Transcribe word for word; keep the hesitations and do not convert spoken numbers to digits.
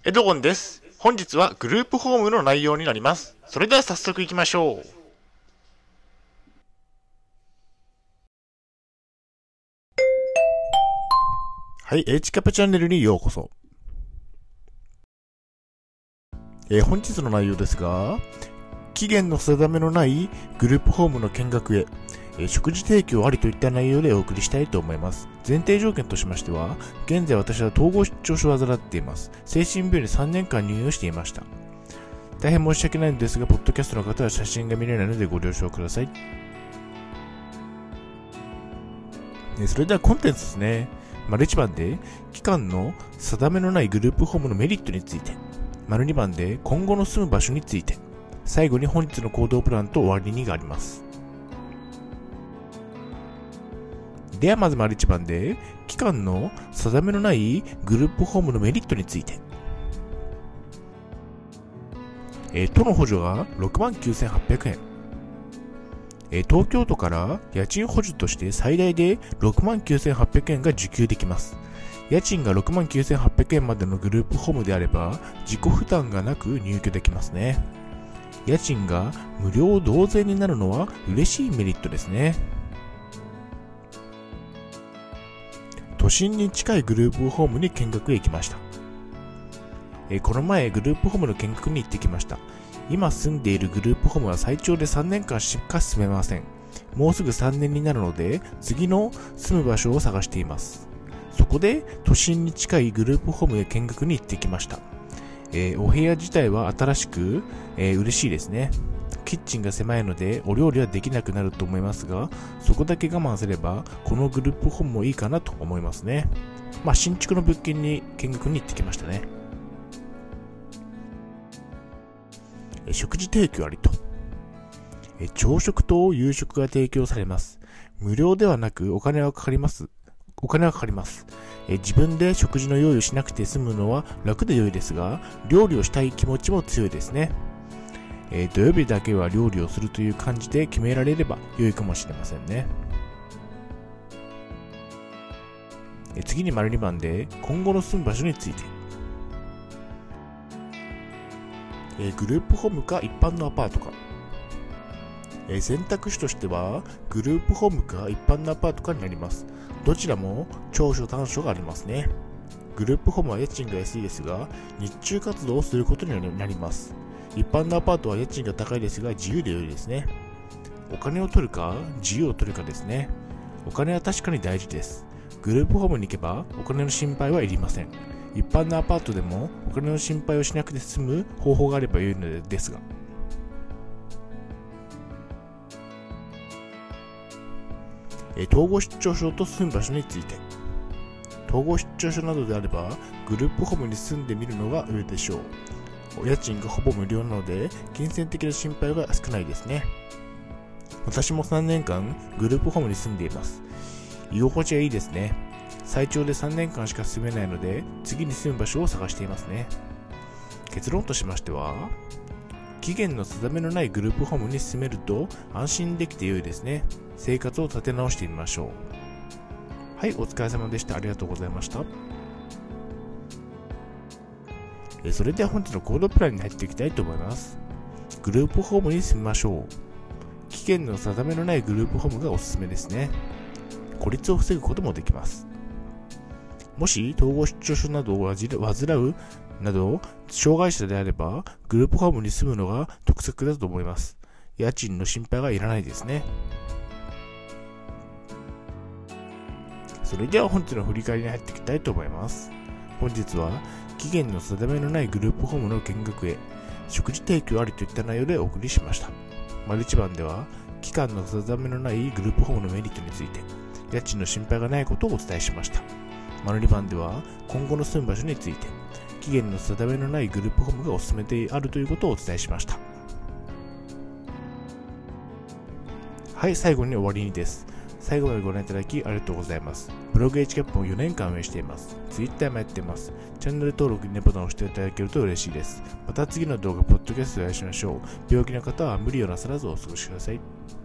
エドゴンです。本日はグループホームの内容になります。それでは早速いきましょう。はい、H キャップチャンネルにようこそ。えー、本日の内容ですが、期限の定めのないグループホームの見学へ、えー、食事提供ありといった内容でお送りしたいと思います。前提条件としましては、現在私は統合失調症を患っています。精神病院にさんねんかん入院をしていました。大変申し訳ないのですが、ポッドキャストの方は写真が見れないのでご了承ください。ね、それではコンテンツですね。丸いちばんで、期間の定めのないグループホームのメリットについて。丸にばんで、今後の住む場所について。最後に本日の行動プランと終わりにがあります。ではまず丸いちばんで、期間の定めのないグループホームのメリットについて。えー、都の補助が ろくまんきゅうせんはっぴゃくえん。えー、東京都から家賃補助として最大で ろくまんきゅうせんはっぴゃくえんが受給できます。家賃が ろくまんきゅうせんはっぴゃくえんまでのグループホームであれば、自己負担がなく入居できますね。家賃が無料同然になるのは嬉しいメリットですね。都心に近いグループホームに見学へ行きました。えー、この前グループホームの見学に行ってきました。今住んでいるグループホームは最長でさんねんかんしか住めません。もうすぐさんねんになるので、次の住む場所を探しています。そこで都心に近いグループホームへ見学に行ってきました。えー、お部屋自体は新しく、えー、嬉しいですね。キッチンが狭いのでお料理はできなくなると思いますが、そこだけ我慢すればこのグループホームもいいかなと思いますね。まあ新築の物件に見学に行ってきましたね。えー、食事提供ありと。えー、朝食と夕食が提供されます。無料ではなくお金はかかります。お金はかかります。えー、自分で食事の用意をしなくて済むのは楽で良いですが、料理をしたい気持ちも強いですね。えー、土曜日だけは料理をするという感じで決められれば良いかもしれませんね。えー、次に丸にばんで、今後の住む場所について。えー、グループホームか一般のアパートか。えー、選択肢としては、グループホームか一般のアパートかになります。どちらも長所短所がありますね。グループホームは家賃が安いですが、日中活動をすることになります。一般のアパートは家賃が高いですが自由で良いですね。お金を取るか自由を取るかですね。お金は確かに大事です。グループホームに行けばお金の心配はいりません。一般のアパートでもお金の心配をしなくて済む方法があれば良いのですが。え統合失調症と住む場所について。統合失調症などであればグループホームに住んでみるのが良いでしょう。お家賃がほぼ無料なので金銭的な心配が少ないですね。私もさんねんかんグループホームに住んでいます。居心地がいいですね。最長でさんねんかんしか住めないので次に住む場所を探していますね。結論としましては、期限の定めのないグループホームに住めると安心できて良いですね。生活を立て直してみましょう。はい、お疲れ様でした。ありがとうございました。それでは本日の行動プランに入っていきたいと思います。グループホームに住みましょう。期限の定めのないグループホームがおすすめですね。孤立を防ぐこともできます。もし統合失調症などを患うなど障害者であればグループホームに住むのが得策だと思います。家賃の心配がいらないですね。それでは本日の振り返りに入っていきたいと思います。本日は期限の定めのないグループホームの見学へ、食事提供ありといった内容でお送りしました。丸いちばんでは、期間の定めのないグループホームのメリットについて、家賃の心配がないことをお伝えしました。丸にばんでは、今後の住む場所について、期限の定めのないグループホームがおすすめであるということをお伝えしました。はい、最後に終わりにです。最後までご覧いただきありがとうございます。ブログ H キャップもよねんかん運営しています。Twitter もやっています。チャンネル登録、ねボタンを押していただけると嬉しいです。また次の動画、ポッドキャストでお会いしましょう。病気の方は無理をなさらずお過ごしください。